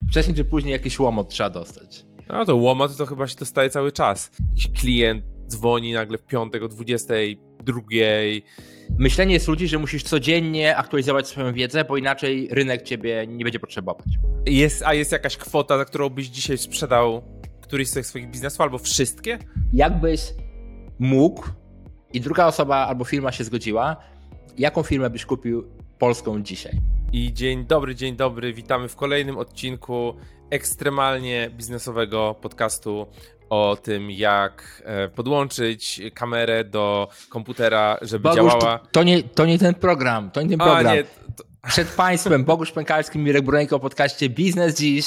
Wcześniej czy później jakiś łomot trzeba dostać. No to łomot to chyba się dostaje cały czas. Jakiś klient dzwoni nagle w piątek o 22. Myślenie jest ludzi, że musisz codziennie aktualizować swoją wiedzę, bo inaczej rynek ciebie nie będzie potrzebować. Jest jakaś kwota, za którą byś dzisiaj sprzedał któryś z tych swoich biznesów, albo wszystkie? Jakbyś mógł i druga osoba albo firma się zgodziła, jaką firmę byś kupił polską dzisiaj? I dzień dobry, witamy w kolejnym odcinku ekstremalnie biznesowego podcastu o tym, jak podłączyć kamerę do komputera, żeby Bogusz, działała. To nie ten program, Nie, Przed państwem Bogusz Pękalski, Mirek Bruneńko o podcaście Biznes Dziś.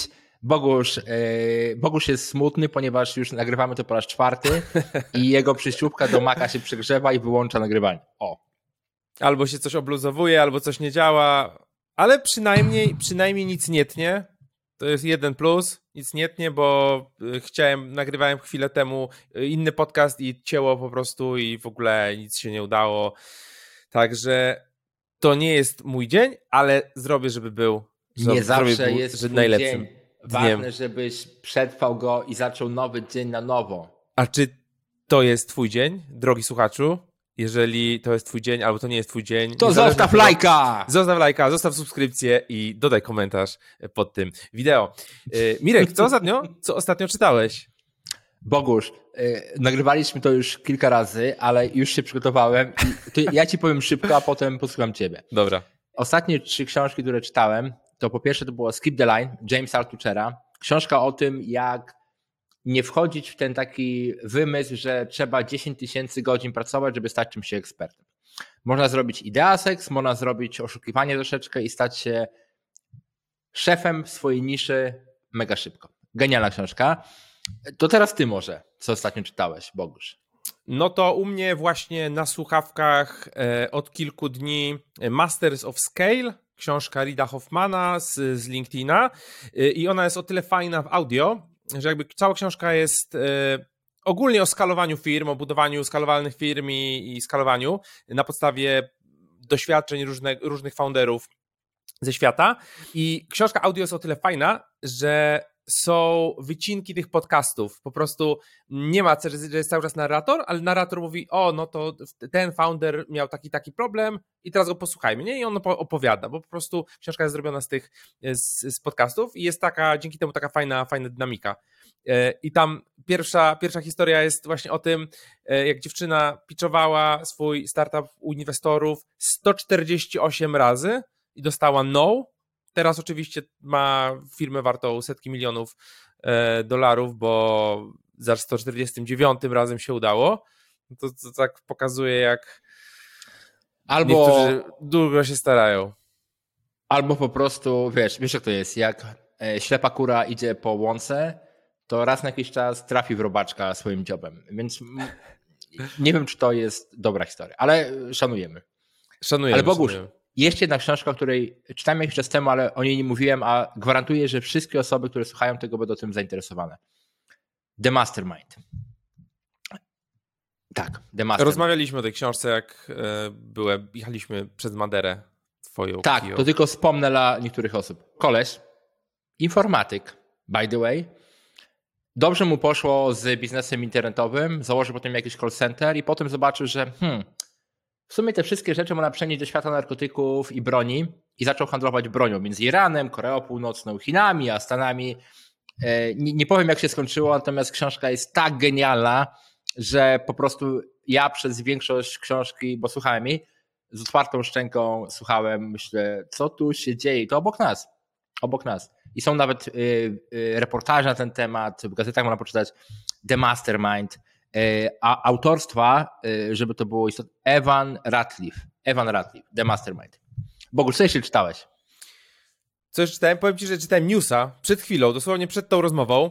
Bogusz jest smutny, ponieważ już nagrywamy to po raz 4 i jego przyśrubka do Maca się przegrzewa i wyłącza nagrywanie. Albo się coś obluzowuje, albo coś nie działa, ale przynajmniej nic nie tnie. To jest jeden plus, nic nie tnie, bo nagrywałem chwilę temu inny podcast i cięło po prostu i w ogóle nic się nie udało. Także to nie jest mój dzień, ale zrobię, żeby był. Nie zawsze jest najlepszym dzień. Ważne, żebyś przetrwał go i zaczął nowy dzień na nowo. A czy to jest twój dzień, drogi słuchaczu? Jeżeli to jest twój dzień, albo to nie jest twój dzień, to zostaw lajka! Zostaw lajka, zostaw subskrypcję i dodaj komentarz pod tym wideo. Mirek, co ostatnio czytałeś? Bogusz, nagrywaliśmy to już kilka razy, ale już się przygotowałem i ja ci powiem szybko, a potem posłucham ciebie. Dobra. Ostatnie 3 książki, które czytałem, to po pierwsze to było Skip the Line, Jamesa Altuchera. Książka o tym, jak nie wchodzić w ten taki wymysł, że trzeba 10 000 godzin pracować, żeby stać czymś się ekspertem. Można zrobić ideaseks, można zrobić oszukiwanie troszeczkę i stać się szefem swojej niszy mega szybko. Genialna książka. To teraz ty może, co ostatnio czytałeś, Bogusz? No to u mnie właśnie na słuchawkach od kilku dni Masters of Scale, książka Reida Hoffmana z LinkedIna i ona jest o tyle fajna w audio, że jakby cała książka jest ogólnie o skalowaniu firm, o budowaniu skalowalnych firm i skalowaniu na podstawie doświadczeń różnych founderów ze świata. I książka audio jest o tyle fajna, że są wycinki tych podcastów. Po prostu nie ma, że jest cały czas narrator, ale narrator mówi, no to ten founder miał taki problem i teraz go posłuchajmy, nie? I on opowiada, bo po prostu książka jest zrobiona z podcastów i jest dzięki temu taka fajna dynamika. I tam pierwsza historia jest właśnie o tym, jak dziewczyna pitchowała swój startup u inwestorów 148 razy i dostała no. Teraz oczywiście ma firmę wartą setki milionów dolarów, bo za 149 razem się udało. To tak pokazuje, jak niektórzy długo się starają. Albo po prostu, wiesz jak to jest, jak ślepa kura idzie po łące, to raz na jakiś czas trafi w robaczka swoim dziobem. Więc nie wiem, czy to jest dobra historia, ale szanujemy. Ale Bogusz, jest jedna książka, o której czytałem jakiś czas temu, ale o niej nie mówiłem, a gwarantuję, że wszystkie osoby, które słuchają tego, będą tym zainteresowane. The Mastermind. Tak, The Mastermind. Rozmawialiśmy o tej książce, jak jechaliśmy przez Maderę twoją. Tak, to tylko wspomnę dla niektórych osób. Koleś, informatyk, by the way, dobrze mu poszło z biznesem internetowym, założył potem jakiś call center i potem zobaczył, że w sumie te wszystkie rzeczy można przenieść do świata narkotyków i broni i zaczął handlować bronią między Iranem, Koreą Północną, Chinami, a Stanami. Nie powiem, jak się skończyło, natomiast książka jest tak genialna, że po prostu ja przez większość książki, bo słuchałem jej, z otwartą szczęką słuchałem, myślę, co tu się dzieje. To obok nas. I są nawet reportaże na ten temat, w gazetach można poczytać The Mastermind, a autorstwa, żeby to było istotne, Evan Ratliff, The Mastermind. Bogusz, co jeszcze czytałeś? Co jeszcze czytałem? Powiem ci, że czytałem newsa przed chwilą, dosłownie przed tą rozmową,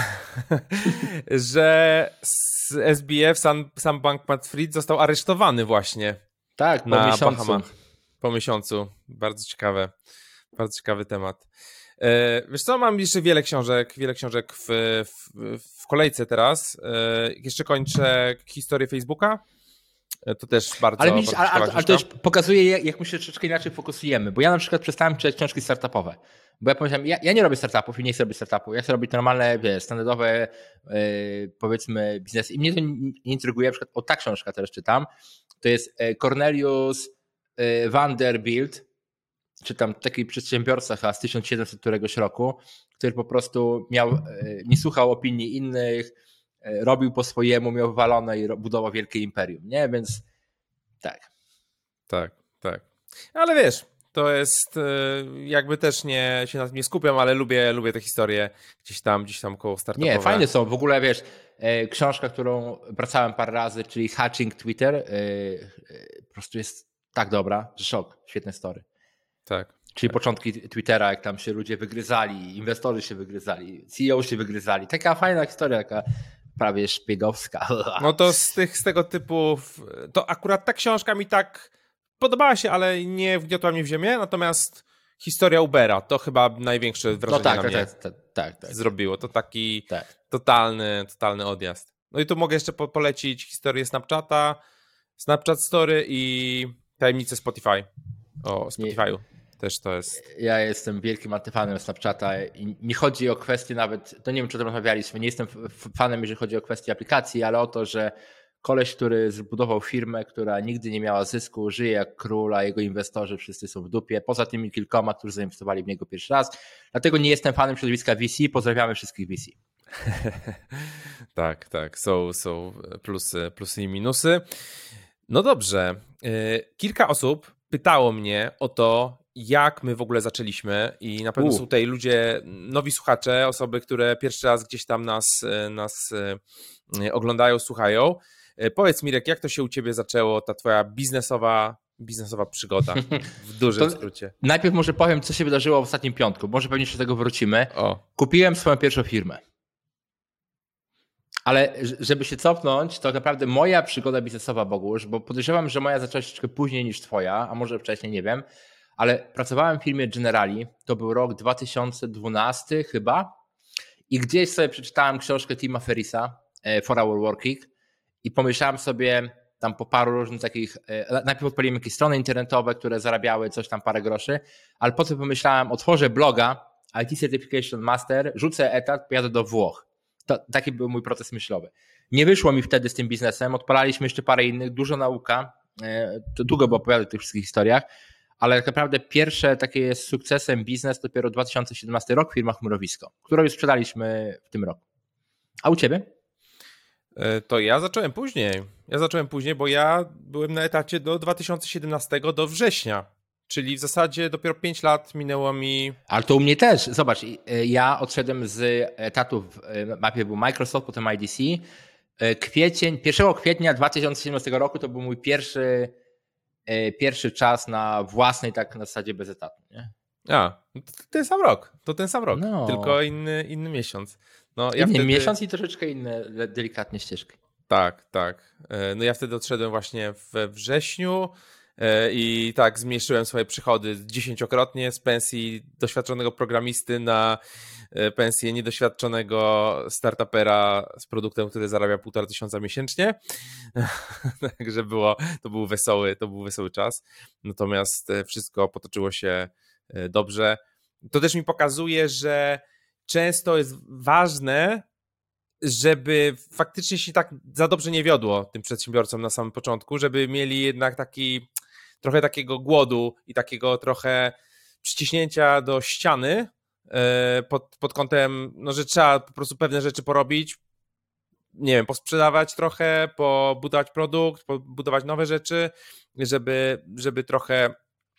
że z SBF Sam Bankman-Fried został aresztowany właśnie. Tak, po miesiącu. Bahamach. Po miesiącu. Bardzo ciekawy temat. Wiesz co, mam jeszcze wiele książek w kolejce teraz. Jeszcze kończę historię Facebooka. To też bardzo ale widzisz, ciekawa ale książka. to już pokazuje, jak my się troszeczkę inaczej fokusujemy, bo ja na przykład przestałem czytać książki startupowe, bo ja powiedziałem, ja nie robię startupów i nie chcę robić startupów, ja chcę robić normalne, standardowe, powiedzmy, biznesy i mnie to nie intryguje, na przykład ta książka teraz czytam, to jest Cornelius Vanderbilt, czytam taki przedsiębiorca chyba z 1700 któregoś roku, który po prostu nie słuchał opinii innych, robił po swojemu, miał wywalone i budował wielkie imperium, nie? Więc tak. Tak. Ale wiesz, to jest jakby też się na tym nie skupiam, ale lubię te historie gdzieś tam koło startupowe. Nie, fajne są. W ogóle wiesz, książka, którą wracałem parę razy, czyli Hatching Twitter, po prostu jest tak dobra, że szok. Świetne story. Tak. Czyli początki Twittera, jak tam się ludzie wygryzali, inwestorzy się wygryzali, CEO się wygryzali. Taka fajna historia, taka prawie szpiegowska. No to z tego typu, to akurat ta książka mi tak podobała się, ale nie wgniotła mnie w ziemię, natomiast historia Ubera to chyba największe wrażenie na mnie tak. zrobiło. To taki totalny odjazd. No i tu mogę jeszcze polecić historię Snapchata, Snapchat Story i tajemnice Spotify. O Spotify'u. Też to jest. Ja jestem wielkim antyfanem Snapchata i nie chodzi o kwestię nawet, to nie wiem, czy o tym rozmawialiśmy, nie jestem fanem, jeżeli chodzi o kwestię aplikacji, ale o to, że koleś, który zbudował firmę, która nigdy nie miała zysku, żyje jak król, a jego inwestorzy wszyscy są w dupie, poza tymi kilkoma, którzy zainwestowali w niego pierwszy raz. Dlatego nie jestem fanem środowiska VC, pozdrawiamy wszystkich VC. Tak, są plusy i minusy. No dobrze, kilka osób pytało mnie o to, jak my w ogóle zaczęliśmy i na pewno są tutaj ludzie, nowi słuchacze, osoby, które pierwszy raz gdzieś tam nas oglądają, słuchają. Powiedz, Mirek, jak to się u ciebie zaczęło, ta twoja biznesowa przygoda w dużym skrócie? Najpierw może powiem, co się wydarzyło w ostatnim piątku, może pewnie jeszcze do tego wrócimy. Kupiłem swoją pierwszą firmę. Ale żeby się cofnąć, to naprawdę moja przygoda biznesowa, Bogusz, bo podejrzewam, że moja zaczęła się troszkę później niż twoja, a może wcześniej, nie wiem, ale pracowałem w firmie Generali, to był rok 2012 chyba i gdzieś sobie przeczytałem książkę Tima Ferrisa, 4-Hour Working i pomyślałem sobie tam po paru różnych takich, najpierw odpaliłem jakieś strony internetowe, które zarabiały coś tam parę groszy, ale potem pomyślałem, otworzę bloga, IT Certification Master, rzucę etat, pojadę do Włoch. Taki był mój proces myślowy. Nie wyszło mi wtedy z tym biznesem, odpalaliśmy jeszcze parę innych, dużo nauka, to długo by opowiadać o tych wszystkich historiach, ale tak naprawdę pierwsze takie z sukcesem biznes dopiero 2017 rok, firma Chmurowisko, którą już sprzedaliśmy w tym roku. A u ciebie? To ja zacząłem później, bo ja byłem na etacie do 2017, do września. Czyli w zasadzie dopiero 5 lat minęło mi. Ale to u mnie też. Zobacz, ja odszedłem z etatu, najpierw był Microsoft, potem IDC. 1 kwietnia 2017 roku to był mój pierwszy czas na własnej, tak na zasadzie bez etatu. Nie? To ten sam rok, no. Tylko inny miesiąc. No, inny miesiąc i troszeczkę inne delikatnie ścieżki. Tak. No ja wtedy odszedłem właśnie we wrześniu. I tak zmniejszyłem swoje przychody 10-krotnie z pensji doświadczonego programisty na pensję niedoświadczonego startupera z produktem, który zarabia 1500 miesięcznie. Także to był wesoły czas. Natomiast wszystko potoczyło się dobrze. To też mi pokazuje, że często jest ważne, żeby faktycznie się tak za dobrze nie wiodło tym przedsiębiorcom na samym początku, żeby mieli jednak trochę takiego głodu i takiego trochę przyciśnięcia do ściany pod kątem, no, że trzeba po prostu pewne rzeczy porobić, nie wiem, posprzedawać trochę, pobudować produkt, pobudować nowe rzeczy, żeby trochę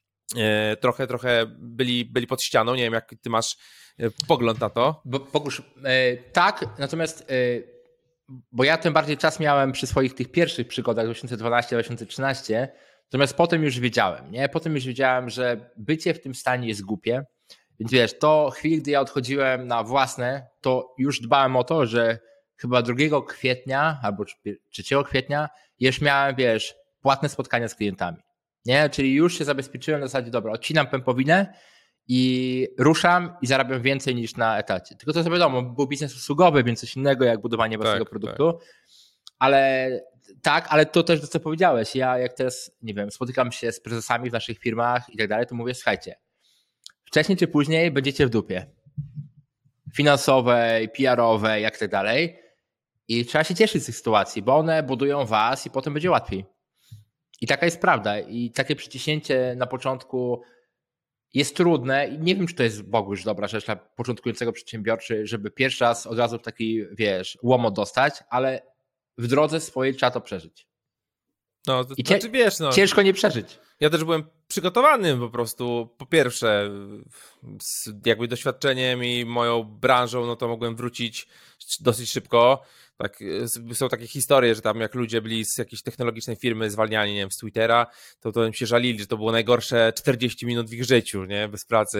byli pod ścianą. Nie wiem, jak ty masz pogląd na to. Bogusz, tak, natomiast bo ja tym bardziej czas miałem przy swoich tych pierwszych przygodach 2012-2013, natomiast potem już wiedziałem, nie? Potem już wiedziałem, że bycie w tym stanie jest głupie, więc wiesz, to chwili, gdy ja odchodziłem na własne, to już dbałem o to, że chyba 2 kwietnia albo 3 kwietnia już miałem, wiesz, płatne spotkania z klientami, nie? Czyli już się zabezpieczyłem na zasadzie, dobra, odcinam pępowinę i ruszam i zarabiam więcej niż na etacie. Tylko to wiadomo, był biznes usługowy, więc coś innego jak budowanie własnego produktu, ale tak, ale to też to, co powiedziałeś. Ja jak teraz, nie wiem, spotykam się z prezesami w naszych firmach i tak dalej, to mówię, słuchajcie, wcześniej czy później będziecie w dupie. Finansowej, PR-owej, jak tak dalej. I trzeba się cieszyć z tych sytuacji, bo one budują was i potem będzie łatwiej. I taka jest prawda. I takie przyciśnięcie na początku jest trudne i nie wiem, czy to jest w ogóle już dobra rzecz dla początkującego przedsiębiorcy, żeby pierwszy raz od razu taki, wiesz, łomot dostać, ale w drodze swojej trzeba to przeżyć. No, to znaczy, wiesz, no, ciężko nie przeżyć. Ja też byłem przygotowany po prostu, po pierwsze, z jakby doświadczeniem i moją branżą, no to mogłem wrócić dosyć szybko. Tak, są takie historie, że tam jak ludzie byli z jakiejś technologicznej firmy zwalniani, nie wiem, z Twittera, to im się żalili, że to było najgorsze 40 minut w ich życiu, nie, bez pracy.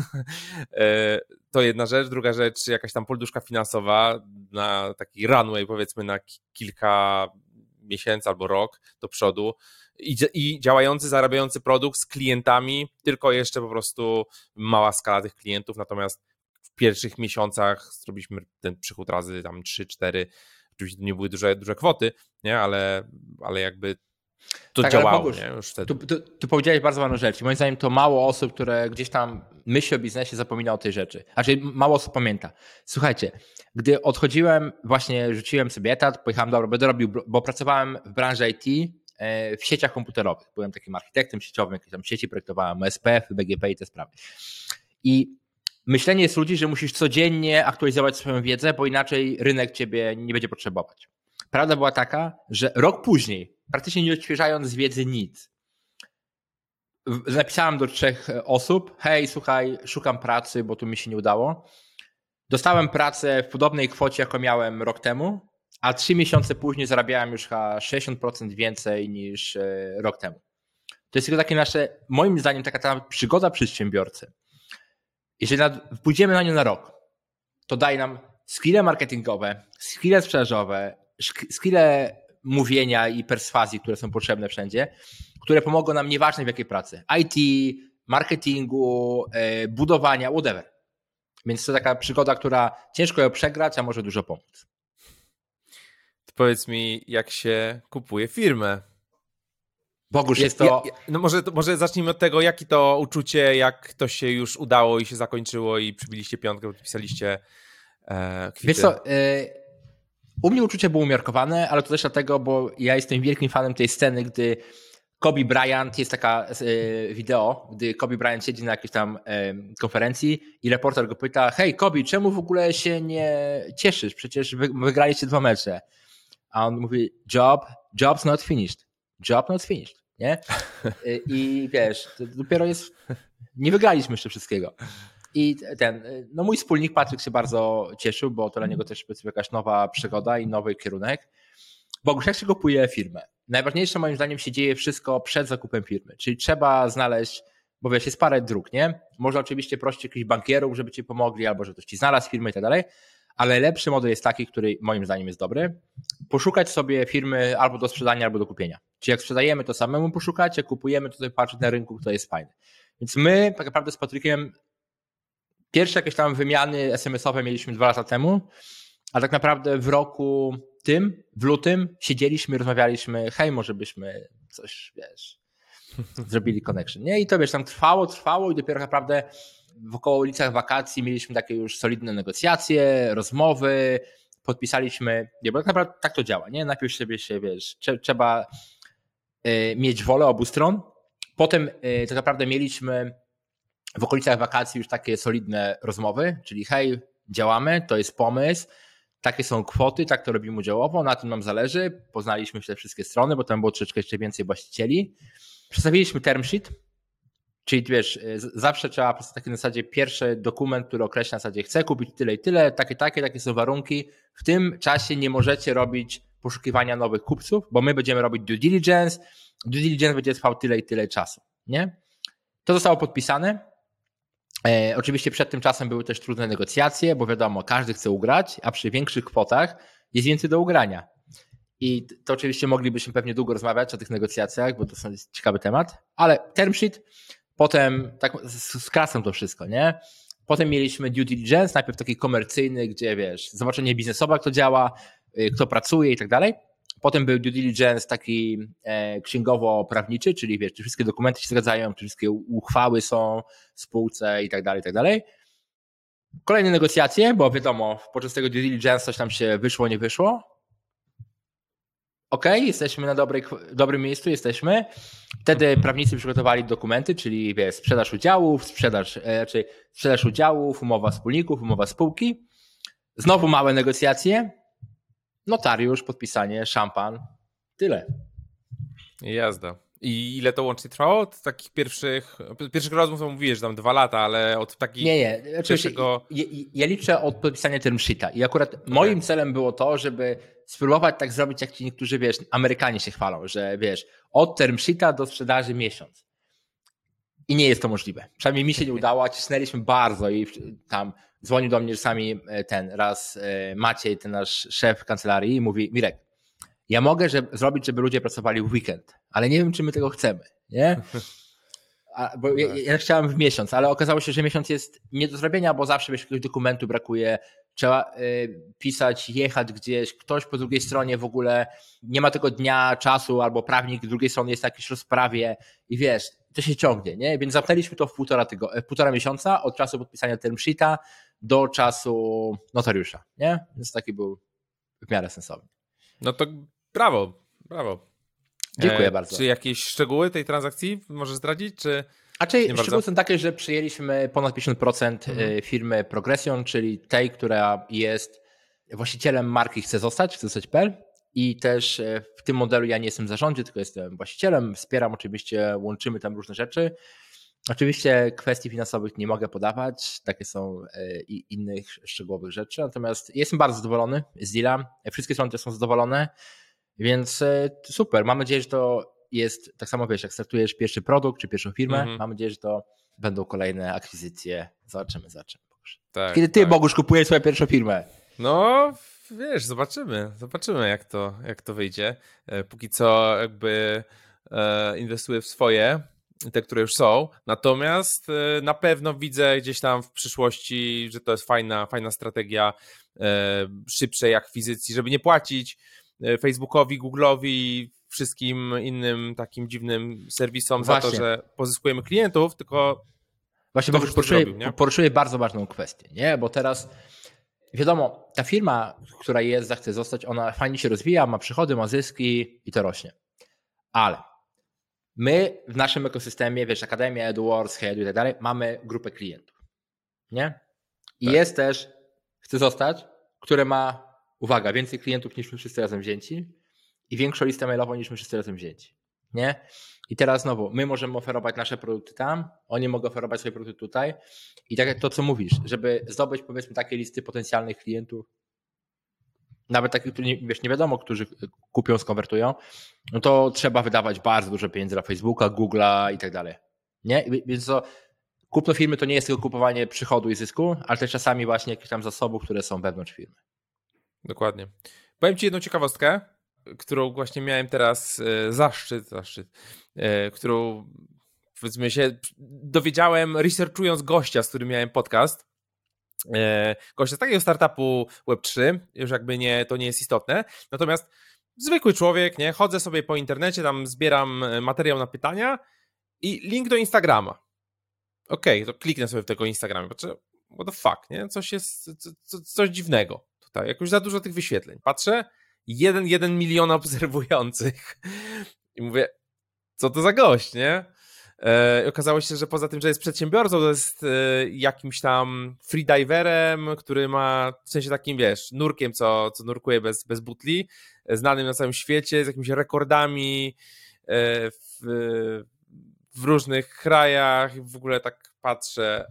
To jedna rzecz. Druga rzecz, jakaś tam poduszka finansowa na taki runway, powiedzmy, na kilka miesięcy albo rok do przodu i działający, zarabiający produkt z klientami, tylko jeszcze po prostu mała skala tych klientów, natomiast w pierwszych miesiącach zrobiliśmy ten przychód razy tam 3-4, oczywiście to nie były duże kwoty, nie? Ale jakby to tak, działało, nie? Już wtedy. Tu powiedziałeś bardzo ważną rzecz. Moim zdaniem to mało osób, które gdzieś tam myśli o biznesie, zapomina o tej rzeczy. Znaczy mało osób pamięta. Słuchajcie, gdy odchodziłem, właśnie rzuciłem sobie etat, pojechałem, dobra, będę robił, bo pracowałem w branży IT, w sieciach komputerowych. Byłem takim architektem sieciowym, jakieś tam sieci projektowałem, SPF, BGP i te sprawy. I myślenie jest ludzi, że musisz codziennie aktualizować swoją wiedzę, bo inaczej rynek ciebie nie będzie potrzebować. Prawda była taka, że rok później, praktycznie nie odświeżając wiedzy nic, napisałem do 3 osób, hej, słuchaj, szukam pracy, bo tu mi się nie udało. Dostałem pracę w podobnej kwocie, jaką miałem rok temu, a 3 miesiące później zarabiałem już chyba 60% więcej niż rok temu. To jest tylko takie nasze, moim zdaniem, taka ta przygoda przedsiębiorcy. Jeżeli pójdziemy na nią na rok, to daje nam skille marketingowe, skille sprzedażowe, skille mówienia i perswazji, które są potrzebne wszędzie, które pomogą nam nieważne w jakiej pracy. IT, marketingu, budowania, whatever. Więc to taka przygoda, która ciężko ją przegrać, a może dużo pomóc. To powiedz mi, jak się kupuje firmę? Bogusz, jest to... No może zacznijmy od tego, jakie to uczucie, jak to się już udało i się zakończyło i przybiliście piątkę, podpisaliście kwity. Wiesz co, u mnie uczucie było umiarkowane, ale to też dlatego, bo ja jestem wielkim fanem tej sceny, gdy Kobe Bryant, jest taka wideo, gdy Kobe Bryant siedzi na jakiejś tam konferencji i reporter go pyta, hej Kobe, czemu w ogóle się nie cieszysz? Przecież wygraliście 2 mecze. A on mówi, job's not finished. Job not finished, nie? I wiesz, to dopiero jest, nie wygraliśmy jeszcze wszystkiego. I no mój wspólnik Patryk się bardzo cieszył, bo to dla niego też jakaś nowa przygoda i nowy kierunek. Bogusz, jak się kupuje firmę? Najważniejsze moim zdaniem się dzieje wszystko przed zakupem firmy, czyli trzeba znaleźć, bo wiesz, jest parę dróg, nie? Można oczywiście prosić jakichś bankierów, żeby ci pomogli, albo żeby ktoś ci znalazł firmę i tak dalej, ale lepszy model jest taki, który moim zdaniem jest dobry. Poszukać sobie firmy albo do sprzedania, albo do kupienia. Czyli jak sprzedajemy, to samemu poszukać, jak kupujemy, to sobie patrzeć na rynku, kto jest fajny. Więc my tak naprawdę z Patrykiem pierwsze jakieś tam wymiany SMS-owe mieliśmy 2 lata temu, a tak naprawdę w roku tym, w lutym siedzieliśmy, rozmawialiśmy, hej, może byśmy coś, wiesz, zrobili connection, nie? I to wiesz, tam trwało i dopiero naprawdę w okolicach wakacji mieliśmy takie już solidne negocjacje, rozmowy, podpisaliśmy, nie, bo tak naprawdę tak to działa, nie? Najpierw sobie się, wiesz, trzeba mieć wolę obu stron, potem tak naprawdę mieliśmy w okolicach wakacji już takie solidne rozmowy, czyli hej, działamy, to jest pomysł, takie są kwoty, tak to robimy udziałowo, na tym nam zależy, poznaliśmy te wszystkie strony, bo tam było troszeczkę jeszcze więcej właścicieli, przedstawiliśmy term sheet, czyli wiesz, zawsze trzeba po prostu taki na zasadzie pierwszy dokument, który określa na zasadzie chcę kupić tyle i tyle, takie są warunki, w tym czasie nie możecie robić poszukiwania nowych kupców, bo my będziemy robić due diligence będzie trwał tyle i tyle czasu, nie? To zostało podpisane. Oczywiście przed tym czasem były też trudne negocjacje, bo wiadomo, każdy chce ugrać, a przy większych kwotach jest więcej do ugrania. I to oczywiście moglibyśmy pewnie długo rozmawiać o tych negocjacjach, bo to jest ciekawy temat, ale term sheet, potem tak skracam to wszystko, nie? Potem mieliśmy due diligence, najpierw taki komercyjny, gdzie wiesz, zobaczenie biznesowe, jak to działa, kto pracuje i tak dalej. Potem był due diligence taki księgowo-prawniczy, czyli wiesz, czy wszystkie dokumenty się zgadzają, czy wszystkie uchwały są w spółce i tak dalej, i tak dalej. Kolejne negocjacje, bo wiadomo, podczas tego due diligence coś tam się wyszło, nie wyszło. Okej, jesteśmy na dobrym miejscu, jesteśmy. Wtedy prawnicy przygotowali dokumenty, czyli wiesz, sprzedaż udziałów, umowa wspólników, umowa spółki. Znowu małe negocjacje, notariusz, podpisanie, szampan, tyle. Jazda. I ile to łącznie trwało? Od takich pierwszych rozmów to mówiłeś, że tam 2 lata, ale od takich... Nie. Pierwszego... Ja liczę od podpisania term sheeta i akurat moim celem było to, żeby spróbować tak zrobić, jak ci niektórzy, wiesz, Amerykanie się chwalą, że wiesz, od term sheeta do sprzedaży miesiąc. I nie jest to możliwe. Przynajmniej mi się nie udało, a cisnęliśmy bardzo i tam dzwonił do mnie czasami Maciej, ten nasz szef kancelarii i mówi: Mirek, ja mogę zrobić, żeby ludzie pracowali w weekend, ale nie wiem, czy my tego chcemy, nie? Bo ja chciałem w miesiąc, ale okazało się, że miesiąc jest nie do zrobienia, bo zawsze wiesz, jakiegoś dokumentu brakuje, trzeba pisać, jechać gdzieś, ktoś po drugiej stronie w ogóle nie ma tego dnia, czasu, albo prawnik z drugiej strony jest na jakiejś rozprawie i wiesz, to się ciągnie, nie? Więc zamknęliśmy to w półtora miesiąca od czasu podpisania term sheeta do czasu notariusza, nie? Więc taki był w miarę sensowny. No to brawo. Dziękuję bardzo. Czy jakieś szczegóły tej transakcji możesz zdradzić? Szczegóły są takie, że przyjęliśmy ponad 50% firmy Progression, czyli tej, która jest właścicielem marki chce zostać.pl i też w tym modelu ja nie jestem w zarządzie, tylko jestem właścicielem, wspieram oczywiście, łączymy tam różne rzeczy. Oczywiście kwestii finansowych nie mogę podawać, takie są i innych szczegółowych rzeczy, natomiast jestem bardzo zadowolony z deala, wszystkie strony są zadowolone, więc super, mam nadzieję, że to jest, tak samo wiesz, jak startujesz pierwszy produkt czy pierwszą firmę, mam nadzieję, że to będą kolejne akwizycje, zobaczymy. Tak, kiedy ty, Bogusz, kupujesz swoją pierwszą firmę? No, wiesz, zobaczymy jak to wyjdzie. Póki co jakby inwestuję w swoje, te, które już są, natomiast na pewno widzę gdzieś tam w przyszłości, że to jest fajna strategia szybszej akwizycji, żeby nie płacić Facebookowi, Google'owi, wszystkim innym takim dziwnym serwisom za to, że pozyskujemy klientów, tylko właśnie poruszyłeś bardzo ważną kwestię, nie? Bo teraz wiadomo, ta firma, która jest, zachce zostać, ona fajnie się rozwija, ma przychody, ma zyski i to rośnie. Ale my w naszym ekosystemie, wiesz, Akademia, AdWords, Headu i tak dalej, mamy grupę klientów, nie? I jest też, chce zostać, które ma, uwaga, więcej klientów niż my wszyscy razem wzięci i większą listę mailową niż my wszyscy razem wzięci, nie? I teraz znowu, my możemy oferować nasze produkty tam, oni mogą oferować swoje produkty tutaj i tak jak to, co mówisz, żeby zdobyć powiedzmy takie listy potencjalnych klientów, nawet takich, którzy nie wiadomo, którzy kupią, skonwertują, no to trzeba wydawać bardzo dużo pieniędzy dla Facebooka, Google'a i tak dalej, nie? Więc to kupno firmy to nie jest tylko kupowanie przychodu i zysku, ale też czasami właśnie jakichś tam zasobów, które są wewnątrz firmy. Dokładnie. Powiem ci jedną ciekawostkę, którą właśnie miałem teraz zaszczyt, którą powiedzmy się dowiedziałem researchując gościa, z którym miałem podcast. Gościa z takiego startupu Web3, już jakby to nie jest istotne, natomiast zwykły człowiek, nie, chodzę sobie po internecie, tam zbieram materiał na pytania i link do Instagrama. Okej, to kliknę sobie w tego Instagrama, patrzę, what the fuck, nie, coś dziwnego tutaj, jakoś za dużo tych wyświetleń. Patrzę, 1 milion obserwujących i mówię, co to za gość, nie? Okazało się, że poza tym, że jest przedsiębiorcą, to jest jakimś tam freediverem, który ma, w sensie takim, wiesz, nurkiem, co nurkuje bez butli, znanym na całym świecie, z jakimiś rekordami w różnych krajach, w ogóle tak patrzę.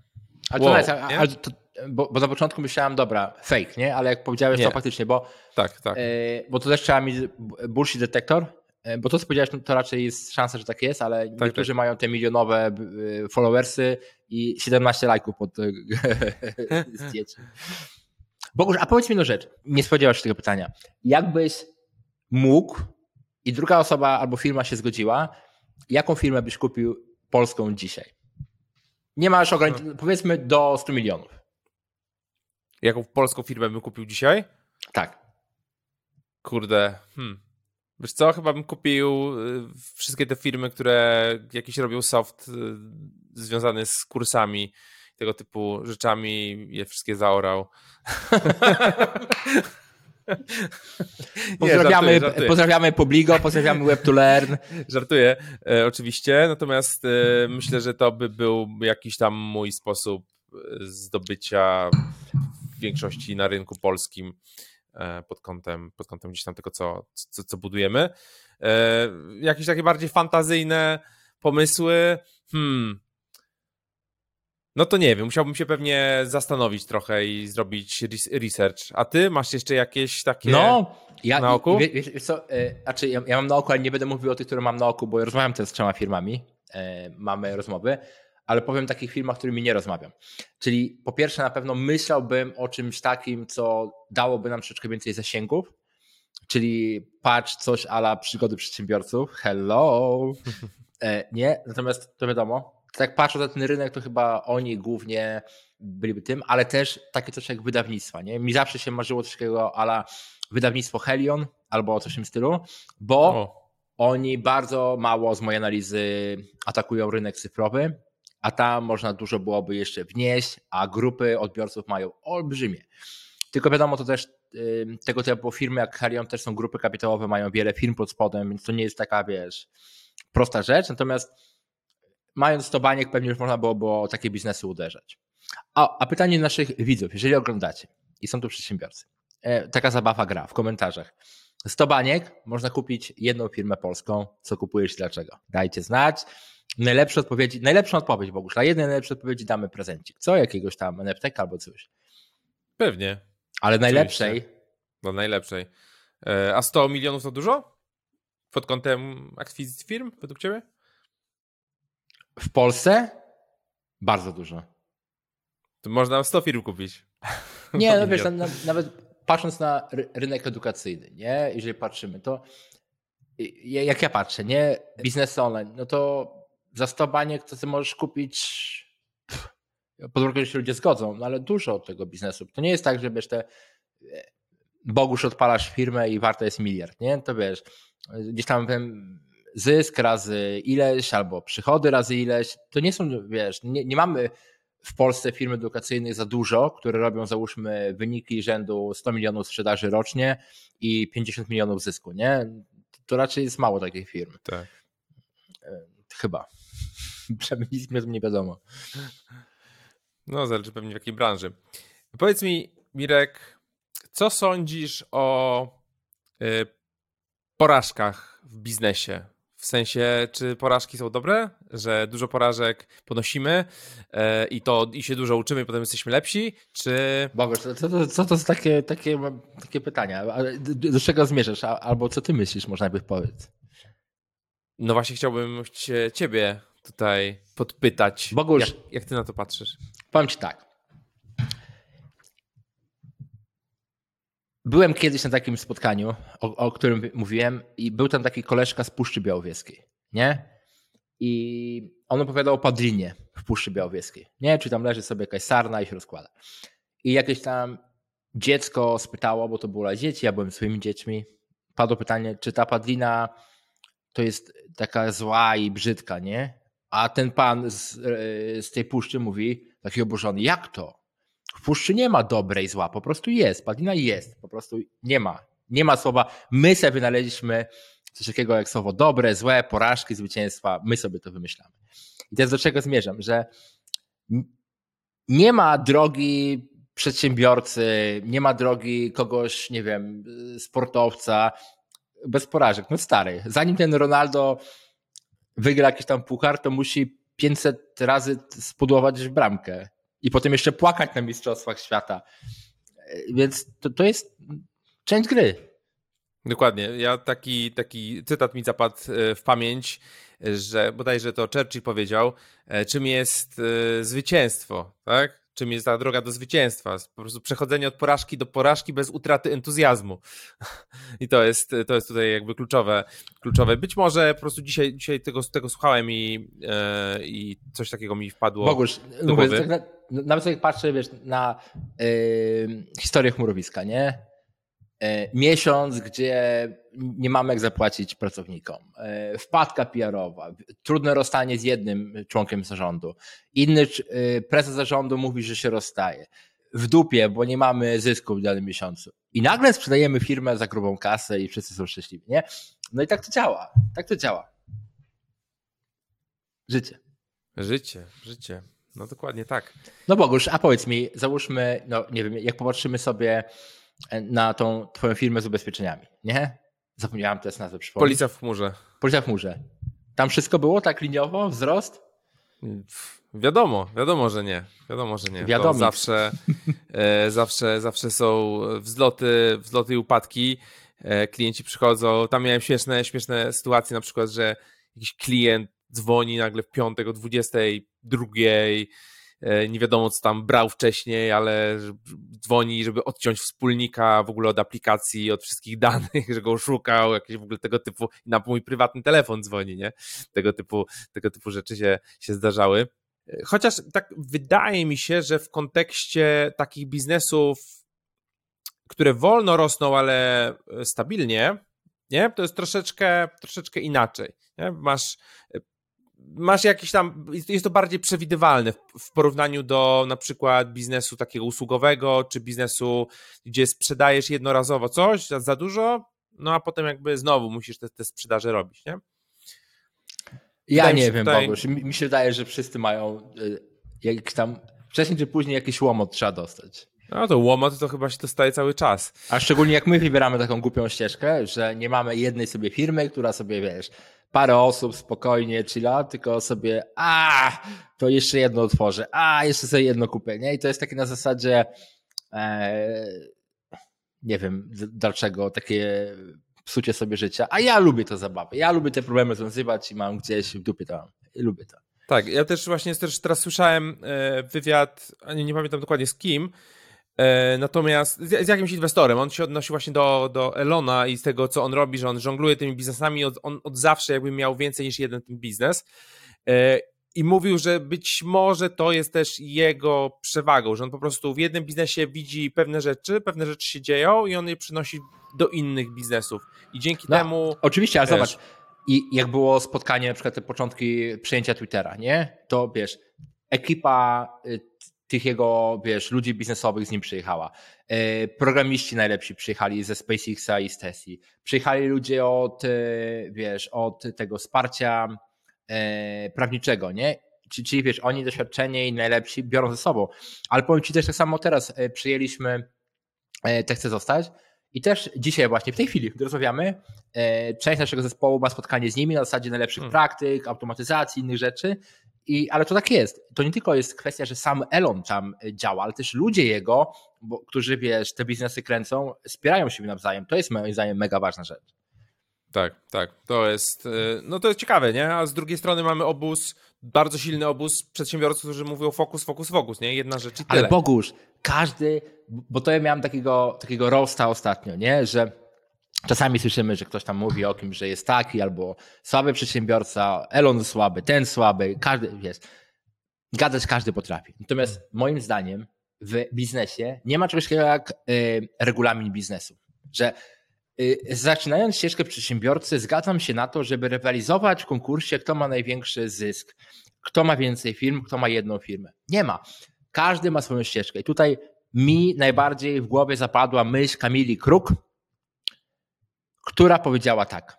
Bo na początku myślałem, dobra, fake, nie? Ale jak powiedziałeś, to faktycznie, bo tak. Bo to też trzeba mieć bullshit detektor, bo to co powiedziałeś, to raczej jest szansa, że tak jest, ale niektórzy mają te milionowe followersy i 17 lajków pod zdjęciem. Bogusz, a powiedz mi jedną rzecz, nie spodziewasz się tego pytania. Jakbyś mógł i druga osoba albo firma się zgodziła, jaką firmę byś kupił polską dzisiaj? Nie masz ograniczeń, powiedzmy do 100 milionów. Jaką polską firmę bym kupił dzisiaj? Tak. Kurde, Wiesz co, chyba bym kupił wszystkie te firmy, które jakieś robią soft związany z kursami, tego typu rzeczami, je wszystkie zaorał. Żartuję. Pozdrawiamy Publigo, pozdrawiamy Web2Learn. Żartuję, oczywiście, natomiast myślę, że to by był jakiś tam mój sposób zdobycia większości na rynku polskim pod kątem gdzieś tam tego, co budujemy. Jakieś takie bardziej fantazyjne pomysły, no to nie wiem, musiałbym się pewnie zastanowić trochę i zrobić research. A ty masz jeszcze jakieś takie na oku? Wiesz co, znaczy ja mam na oku, ale nie będę mówił o tych, które mam na oku, bo ja rozmawiam też z 3 firmami, mamy rozmowy, ale powiem takich firmach, którymi nie rozmawiam. Czyli po pierwsze na pewno myślałbym o czymś takim, co dałoby nam troszeczkę więcej zasięgów, czyli patrz coś a la przygody przedsiębiorców, hello, nie, natomiast to wiadomo, tak patrząc na ten rynek, to chyba oni głównie byliby tym, ale też takie coś jak wydawnictwa, nie? Mi zawsze się marzyło coś takiego a la wydawnictwo Helion albo coś w tym stylu, bo oni bardzo mało z mojej analizy atakują rynek cyfrowy, a tam można dużo byłoby jeszcze wnieść, a grupy odbiorców mają olbrzymie. Tylko wiadomo, to też tego typu firmy jak Helion też są grupy kapitałowe, mają wiele firm pod spodem, więc to nie jest taka, wiesz, prosta rzecz, natomiast mając to baniek pewnie już można było takie biznesy uderzać. A pytanie naszych widzów, jeżeli oglądacie i są tu przedsiębiorcy, taka zabawa gra w komentarzach. 100 baniek można kupić jedną firmę polską, co kupujesz i dlaczego. Dajcie znać. Najlepszą odpowiedź, Bogusz, na jednej najlepszej odpowiedzi damy prezencik. Co? Jakiegoś tam NFT albo coś. Pewnie. Ale najlepszej. No najlepszej. A 100 milionów to dużo? Pod kątem akwizycji firm według ciebie? W Polsce? Bardzo dużo. To można 100 firm kupić. Nie, no wiesz, nawet patrząc na rynek edukacyjny, nie? Jeżeli patrzymy, to jak ja patrzę, nie? Biznes online, no to za 100 baniek to ty możesz kupić, pod warunkiem, że się ludzie zgodzą, no ale dużo od tego biznesu. To nie jest tak, że wiesz, Bogusz odpalasz firmę i warto jest miliard, nie? To wiesz, gdzieś tam zysk razy ileś albo przychody razy ileś, to nie są, wiesz, nie mamy w Polsce firm edukacyjnych za dużo, które robią załóżmy wyniki rzędu 100 milionów sprzedaży rocznie i 50 milionów zysku, nie? To raczej jest mało takich firm. Tak. Chyba. Przynajmniej nic mi nie wiadomo. No, zależy pewnie w jakiej branży. Powiedz mi, Mirek, co sądzisz o porażkach w biznesie? W sensie, czy porażki są dobre? Że dużo porażek ponosimy i się dużo uczymy i potem jesteśmy lepsi? Czy... Bogusz, co to jest takie pytania? Do czego zmierzasz? Albo co ty myślisz, można by powiedzieć? No właśnie chciałbym ciebie tutaj podpytać. Bogusz, jak ty na to patrzysz? Powiem ci tak. Byłem kiedyś na takim spotkaniu, o którym mówiłem, i był tam taki koleżka z Puszczy Białowieskiej, nie? I on opowiadał o padlinie w Puszczy Białowieskiej, nie? Czy tam leży sobie jakaś sarna i się rozkłada. I jakieś tam dziecko spytało, bo to było dzieci, ja byłem swoimi dziećmi, padło pytanie, czy ta padlina to jest taka zła i brzydka, nie? A ten pan z tej puszczy mówi, taki oburzony, jak to? W puszczy nie ma dobrej zła, po prostu jest. Padlina jest, po prostu nie ma. Nie ma słowa, my sobie wynaleźliśmy coś takiego jak słowo dobre, złe, porażki, zwycięstwa, my sobie to wymyślamy. I teraz do czego zmierzam, że nie ma drogi przedsiębiorcy, nie ma drogi kogoś, nie wiem, sportowca bez porażek. No stary, zanim ten Ronaldo wygra jakiś tam puchar, to musi 500 razy spudłować w bramkę i potem jeszcze płakać na mistrzostwach świata. Więc to jest część gry. Dokładnie. Ja taki cytat mi zapadł w pamięć, że bodajże to Churchill powiedział, czym jest zwycięstwo, tak? Czym jest ta droga do zwycięstwa. Po prostu przechodzenie od porażki do porażki bez utraty entuzjazmu. I to jest tutaj jakby kluczowe. Być może po prostu dzisiaj tego słuchałem i coś takiego mi wpadło Bogusz, do głowy. Nawet jak patrzę, wiesz, na historię chmurowiska, nie? miesiąc, gdzie nie mamy jak zapłacić pracownikom, wpadka PR-owa, trudne rozstanie z jednym członkiem zarządu, inny prezes zarządu mówi, że się rozstaje, w dupie, bo nie mamy zysku w danym miesiącu i nagle sprzedajemy firmę za grubą kasę i wszyscy są szczęśliwi, nie? No i tak to działa. Życie. No dokładnie tak. No Bogusz, a powiedz mi, załóżmy, no nie wiem, jak popatrzymy sobie na tą twoją firmę z ubezpieczeniami, nie? Zapomniałem teraz nazwę przypomnieć. Policja w chmurze. Tam wszystko było tak liniowo, wzrost? Wiadomo, że nie. Wiadomo. Zawsze są wzloty i upadki. Klienci przychodzą. Tam miałem śmieszne sytuacje, na przykład, że jakiś klient dzwoni nagle w piątek o 22, nie wiadomo co tam brał wcześniej, ale dzwoni, żeby odciąć wspólnika w ogóle od aplikacji, od wszystkich danych, że go oszukał, jakieś w ogóle tego typu, na mój prywatny telefon dzwoni, nie? Tego typu rzeczy się zdarzały. Chociaż tak wydaje mi się, że w kontekście takich biznesów, które wolno rosną, ale stabilnie, nie? To jest troszeczkę inaczej. Nie? Masz jakiś tam, jest to bardziej przewidywalne w porównaniu do na przykład biznesu takiego usługowego, czy biznesu, gdzie sprzedajesz jednorazowo coś za dużo, no a potem jakby znowu musisz te sprzedaże robić, nie? Ja nie wiem, Bogusz. Mi się wydaje, że wszyscy mają jakiś tam, wcześniej czy później jakiś łomot trzeba dostać. No to łomot to chyba się dostaje cały czas. A szczególnie jak my wybieramy taką głupią ścieżkę, że nie mamy jednej sobie firmy, która sobie, wiesz, parę osób spokojnie chilla, tylko sobie to jeszcze jedno otworzę, jeszcze sobie jedno kupię, nie? I to jest takie na zasadzie nie wiem dlaczego takie psucie sobie życia, a ja lubię to zabawę, ja lubię te problemy rozwiązywać i mam gdzieś w dupie to, lubię to. Tak, ja też właśnie teraz słyszałem wywiad, nie pamiętam dokładnie z kim, natomiast z jakimś inwestorem, on się odnosi właśnie do Elona i z tego, co on robi, że on żongluje tymi biznesami, on od zawsze jakby miał więcej niż jeden ten biznes i mówił, że być może to jest też jego przewagą, że on po prostu w jednym biznesie widzi pewne rzeczy się dzieją i on je przynosi do innych biznesów i dzięki temu... Oczywiście, ale zobacz, i jak było spotkanie, na przykład te początki przyjęcia Twittera, nie? To wiesz, ekipa tych jego, wiesz, ludzi biznesowych z nim przyjechała. Programiści najlepsi przyjechali ze SpaceXa i z Tesli. Przyjechali ludzie od tego wsparcia prawniczego, nie? Czyli wiesz, oni doświadczeni i najlepsi biorą ze sobą. Ale powiem ci też tak samo teraz przyjęliśmy Te Chcę Zostać i też dzisiaj właśnie, w tej chwili, gdy rozmawiamy, część naszego zespołu ma spotkanie z nimi na zasadzie najlepszych praktyk, automatyzacji, innych rzeczy. Ale to tak jest. To nie tylko jest kwestia, że sam Elon tam działa, ale też ludzie jego, którzy wiesz, te biznesy kręcą, wspierają się nawzajem. To jest moim zdaniem mega ważna rzecz. Tak. To jest ciekawe, nie? A z drugiej strony mamy bardzo silny obóz przedsiębiorców, którzy mówią fokus, nie? Jedna rzecz i tyle. Ale Bogusz, bo to ja miałem takiego roasta ostatnio, nie? Że czasami słyszymy, że ktoś tam mówi o kimś, że jest taki albo słaby przedsiębiorca, Elon słaby, ten słaby, każdy, wiesz, gadać każdy potrafi. Natomiast moim zdaniem w biznesie nie ma czegoś takiego jak regulamin biznesu, że zaczynając ścieżkę przedsiębiorcy zgadzam się na to, żeby rywalizować w konkursie, kto ma największy zysk, kto ma więcej firm, kto ma jedną firmę. Nie ma. Każdy ma swoją ścieżkę i tutaj mi najbardziej w głowie zapadła myśl Kamili Kruk, która powiedziała tak.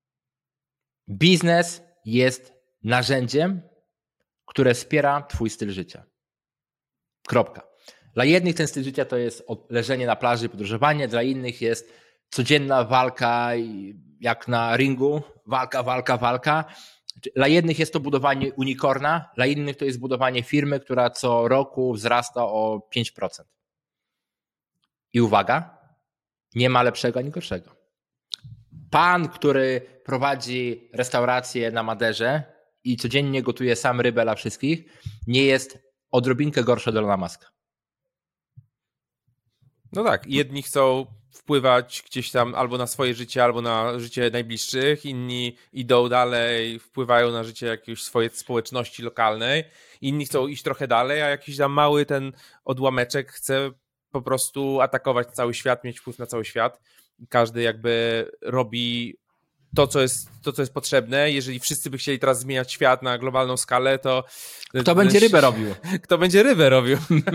Biznes jest narzędziem, które wspiera twój styl życia. Kropka. Dla jednych ten styl życia to jest leżenie na plaży i podróżowanie, dla innych jest codzienna walka jak na ringu, walka. Dla jednych jest to budowanie unicorna, dla innych to jest budowanie firmy, która co roku wzrasta o 5%. I uwaga, nie ma lepszego ani gorszego. Pan, który prowadzi restaurację na Maderze i codziennie gotuje sam rybę dla wszystkich, nie jest odrobinkę gorszy od Elona Muska. No tak, jedni chcą wpływać gdzieś tam albo na swoje życie, albo na życie najbliższych, inni idą dalej, wpływają na życie jakiejś swojej społeczności lokalnej, inni chcą iść trochę dalej, a jakiś tam mały ten odłameczek chce po prostu atakować cały świat, mieć wpływ na cały świat. Każdy jakby robi to, co jest potrzebne. Jeżeli wszyscy by chcieli teraz zmieniać świat na globalną skalę, to... Kto będzie rybę robił? Kto będzie rybę robił?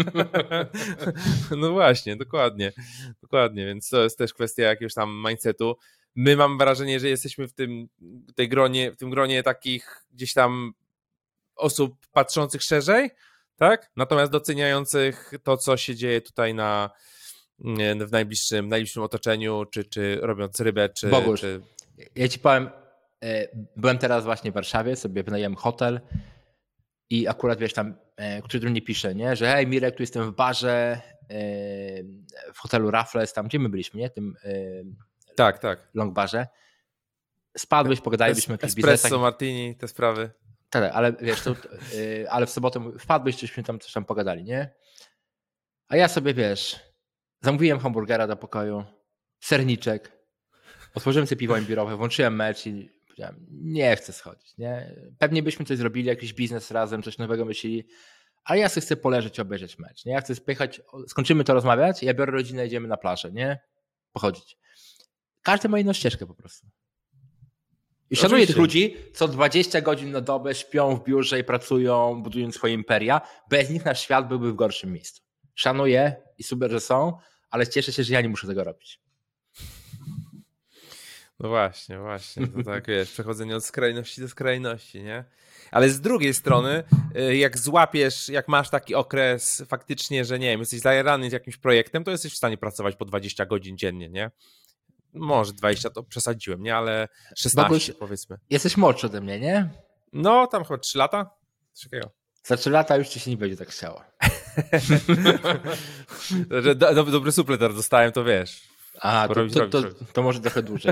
No właśnie, dokładnie, więc to jest też kwestia jakiegoś tam mindsetu. My mam wrażenie, że jesteśmy w tym gronie takich gdzieś tam osób patrzących szerzej, tak? Natomiast doceniających to, co się dzieje tutaj w najbliższym otoczeniu, czy robiąc rybę, czy... Bogusz, ja ci powiem, byłem teraz właśnie w Warszawie, sobie wynająłem hotel i akurat wiesz tam, ktoś do mnie pisze, nie? Że hej Mirek, tu jestem w barze, w hotelu Raffles, tam gdzie my byliśmy, nie? Tym tak. long barze. Spadłeś, pogadalibyśmy o jakichś espresso, biznesach. martini, te sprawy. Tak, ale wiesz, ale w sobotę wpadłeś, żeśmy tam coś tam pogadali, nie? A ja sobie, wiesz, zamówiłem hamburgera do pokoju, serniczek, otworzyłem sobie piwo imbirowe, włączyłem mecz i powiedziałem, nie chcę schodzić, nie? Pewnie byśmy coś zrobili, jakiś biznes razem, coś nowego myśleli, ale ja sobie chcę poleżeć i obejrzeć mecz, nie? Ja chcę spychać, skończymy to rozmawiać, ja biorę rodzinę, idziemy na plażę, nie? Pochodzić. Każdy ma inną ścieżkę po prostu. I szanuję tych ludzi, co 20 godzin na dobę śpią w biurze i pracują, budując swoje imperia. Bez nich nasz świat byłby w gorszym miejscu. Szanuję i super, że są, ale cieszę się, że ja nie muszę tego robić. No właśnie. To tak wiesz, przechodzenie od skrajności do skrajności, nie? Ale z drugiej strony, jak masz taki okres faktycznie, że nie wiem, jesteś zajarany jakimś projektem, to jesteś w stanie pracować po 20 godzin dziennie, nie? Może 20 to przesadziłem, nie? Ale 16 Boguś, powiedzmy. Jesteś młodszy ode mnie, nie? No, tam chyba 3 lata. Coś takiego. Za 3 lata już ci się nie będzie tak chciało. Dobry supletar dostałem, to wiesz. A, to może trochę dłużej.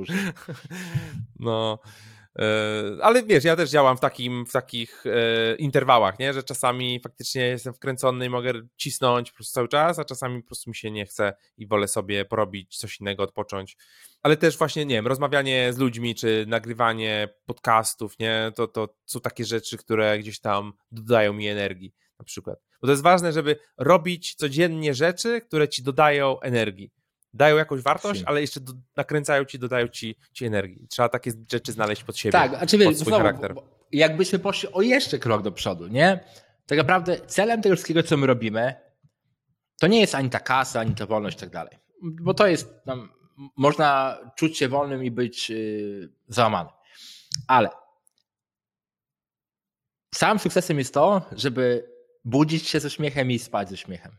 No, ale wiesz, ja też działam w takich interwałach, nie? Że czasami faktycznie jestem wkręcony i mogę cisnąć po prostu cały czas, a czasami po prostu mi się nie chce i wolę sobie porobić coś innego, odpocząć. Ale też właśnie, nie wiem, rozmawianie z ludźmi, czy nagrywanie podcastów, nie? To są takie rzeczy, które gdzieś tam dodają mi energii na przykład. Bo to jest ważne, żeby robić codziennie rzeczy, które ci dodają energii. Dają jakąś wartość, ale jeszcze nakręcają ci, dodają ci energii. Trzeba takie rzeczy znaleźć pod siebie, pod swój charakter. Jakbyśmy poszli o jeszcze krok do przodu, nie? Tak naprawdę celem tego wszystkiego, co my robimy, to nie jest ani ta kasa, ani ta wolność i tak dalej. Bo to jest, można czuć się wolnym i być załamanym. Ale samym sukcesem jest to, żeby budzić się ze śmiechem i spać ze śmiechem.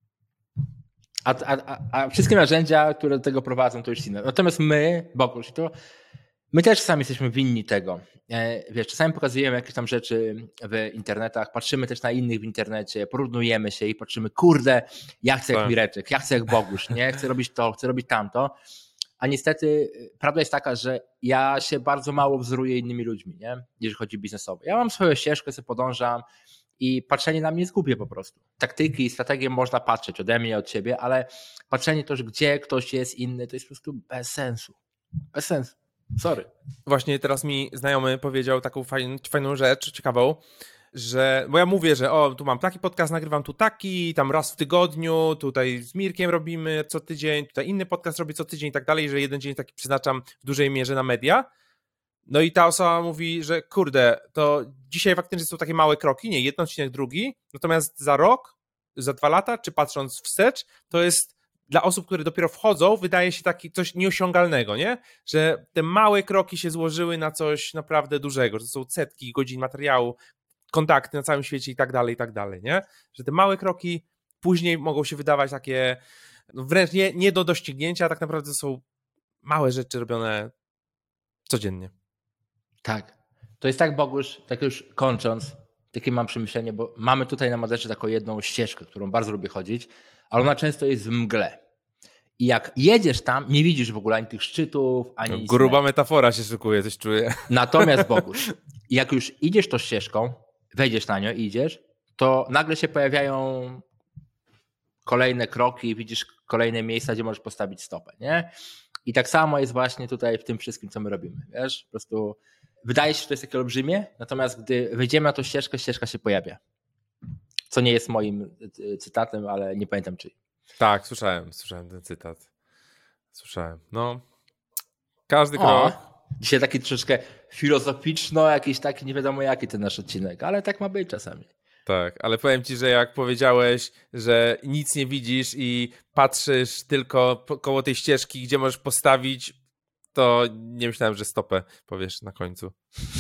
A wszystkie narzędzia, które do tego prowadzą, to już inne. Natomiast Bogusz, my też sami jesteśmy winni tego. Wiesz, czasami pokazujemy jakieś tam rzeczy w internetach, patrzymy też na innych w internecie, porównujemy się i patrzymy, kurde, ja chcę jak Mireczek, ja chcę jak Bogusz, nie? Chcę robić to, chcę robić tamto. A niestety prawda jest taka, że ja się bardzo mało wzoruję innymi ludźmi, nie? Jeżeli chodzi o biznesowo. Ja mam swoją ścieżkę, sobie podążam, i patrzenie na mnie jest głupie po prostu. Taktyki i strategie można patrzeć ode mnie, od ciebie, ale patrzenie to, że gdzie ktoś jest inny, to jest po prostu bez sensu. Bez sensu. Sorry. Właśnie teraz mi znajomy powiedział taką fajną rzecz, ciekawą, bo ja mówię, że tu mam taki podcast, nagrywam tu taki, tam raz w tygodniu, tutaj z Mirkiem robimy co tydzień, tutaj inny podcast robię co tydzień i tak dalej, że jeden dzień taki przeznaczam w dużej mierze na media. No i ta osoba mówi, że kurde, to dzisiaj faktycznie są takie małe kroki, nie jeden odcinek, drugi, natomiast za rok, za 2 lata, czy patrząc wstecz, to jest dla osób, które dopiero wchodzą, wydaje się taki coś nieosiągalnego, nie? Że te małe kroki się złożyły na coś naprawdę dużego, że to są setki godzin materiału, kontakty na całym świecie i tak dalej, nie? Że te małe kroki później mogą się wydawać takie wręcz nie do doścignięcia, a tak naprawdę to są małe rzeczy robione codziennie. Tak. To jest tak, Bogusz, tak już kończąc, takie mam przemyślenie, bo mamy tutaj na Maderze taką jedną ścieżkę, którą bardzo lubię chodzić, ale ona często jest w mgle. I jak jedziesz tam, nie widzisz w ogóle ani tych szczytów, ani... Gruba metafora się szykuje, coś czuję. Natomiast, Bogusz, jak już idziesz tą ścieżką, wejdziesz na nią i idziesz, to nagle się pojawiają kolejne kroki, widzisz kolejne miejsca, gdzie możesz postawić stopę, nie? I tak samo jest właśnie tutaj w tym wszystkim, co my robimy, wiesz? Po prostu wydaje się, że to jest takie olbrzymie, natomiast gdy wejdziemy na tą ścieżkę, ścieżka się pojawia. Co nie jest moim cytatem, ale nie pamiętam czyj. Tak, słyszałem ten cytat. No, każdy krok. Dzisiaj taki troszeczkę filozoficzno, jakiś taki nie wiadomo jaki ten nasz odcinek, ale tak ma być czasami. Tak, ale powiem ci, że jak powiedziałeś, że nic nie widzisz i patrzysz tylko koło tej ścieżki, gdzie możesz postawić, to nie myślałem, że stopę powiesz na końcu.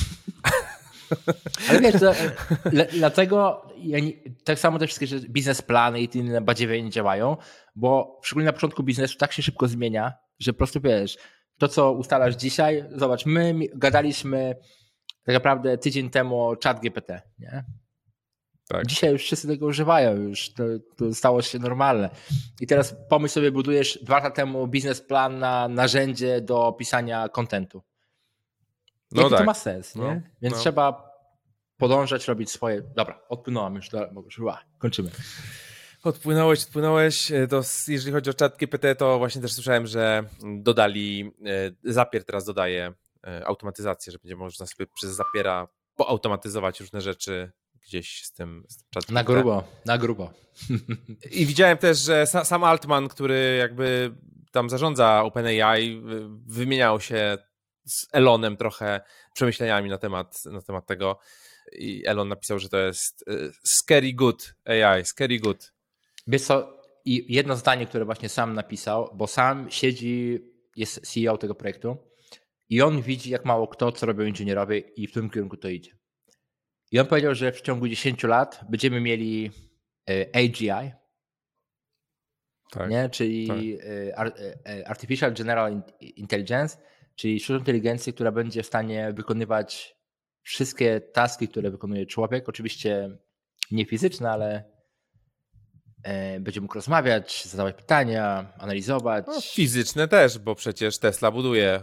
Ale wiesz, dlatego tak samo te wszystkie biznesplany i te inne badziewie nie działają, bo szczególnie na początku biznesu tak się szybko zmienia, że po prostu wiesz, to co ustalasz dzisiaj, zobacz, my gadaliśmy tak naprawdę tydzień temu o ChatGPT, nie? Tak. Dzisiaj już wszyscy tego używają, już to stało się normalne. I teraz pomyśl sobie, budujesz 2 lata temu biznesplan na narzędzie do pisania kontentu. Jaki to ma sens, nie? Więc trzeba podążać, robić swoje... Dobra, odpłynąłem już, kończymy. Odpłynąłeś. Jeżeli chodzi o ChatGPT, to właśnie też słyszałem, że dodali, Zapier teraz dodaje automatyzację, że będzie można sobie przez Zapiera poautomatyzować różne rzeczy gdzieś z tym ChatGPT. Na grubo. I widziałem też, że sam Altman, który jakby tam zarządza OpenAI, wymieniał się z Elonem trochę przemyśleniami na temat tego i Elon napisał, że to jest scary good AI, scary good. Wiesz co, i jedno zdanie, które właśnie sam napisał, bo sam jest CEO tego projektu i on widzi jak mało kto, co robią inżynierowie i w którym kierunku to idzie. I on powiedział, że w ciągu 10 lat będziemy mieli AGI, tak, nie? Czyli Artificial General Intelligence, czyli sztuczną inteligencję, która będzie w stanie wykonywać wszystkie taski, które wykonuje człowiek. Oczywiście nie fizyczne, ale będzie mógł rozmawiać, zadawać pytania, analizować. No, fizyczne też, bo przecież Tesla buduje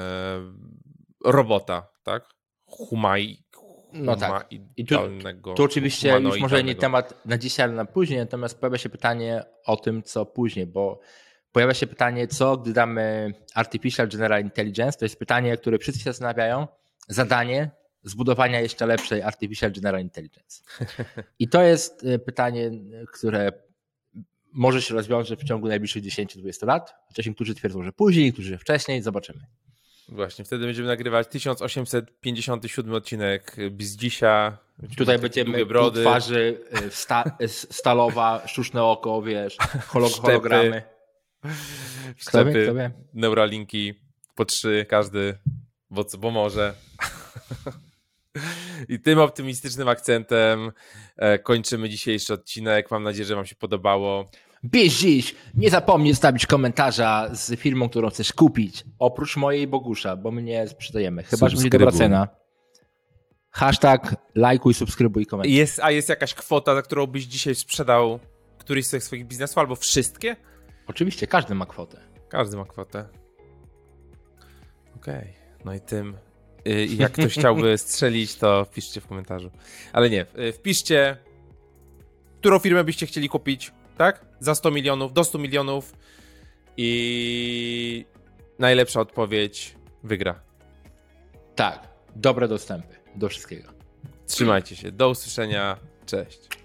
robota, tak? No tak. I tu oczywiście już może nie temat na dzisiaj, ale na później, natomiast pojawia się pytanie o tym, co później, bo pojawia się pytanie, co gdy damy Artificial General Intelligence, to jest pytanie, które wszyscy się zastanawiają, zadanie zbudowania jeszcze lepszej Artificial General Intelligence. I to jest pytanie, które może się rozwiąże w ciągu najbliższych 10-20 lat, chociaż niektórzy twierdzą, że później, niektórzy, że wcześniej, zobaczymy. Właśnie, wtedy będziemy nagrywać 1857 odcinek Bizdzisia. Tutaj będziemy u twarzy stalowa, sztuczne oko, wiesz, hologramy. Szczepy, Neuralinki, po 3 każdy, bo może. I tym optymistycznym akcentem kończymy dzisiejszy odcinek. Mam nadzieję, że wam się podobało. Bierz dziś, nie zapomnij zostawić komentarza z firmą, którą chcesz kupić. Oprócz mojej Bogusza, bo my nie sprzedajemy. Chyba, że będzie dobra cena. Hashtag lajkuj, subskrybuj i komentuj. Jest jakaś kwota, za którą byś dzisiaj sprzedał któryś z tych swoich biznesów albo wszystkie? Oczywiście, każdy ma kwotę. Każdy ma kwotę. Okej. No i tym. Jak ktoś chciałby strzelić, to wpiszcie w komentarzu. Ale nie, wpiszcie, którą firmę byście chcieli kupić, tak? Za 100 milionów, do 100 milionów i najlepsza odpowiedź wygra. Tak, dobre dostępy do wszystkiego. Trzymajcie się, do usłyszenia, cześć.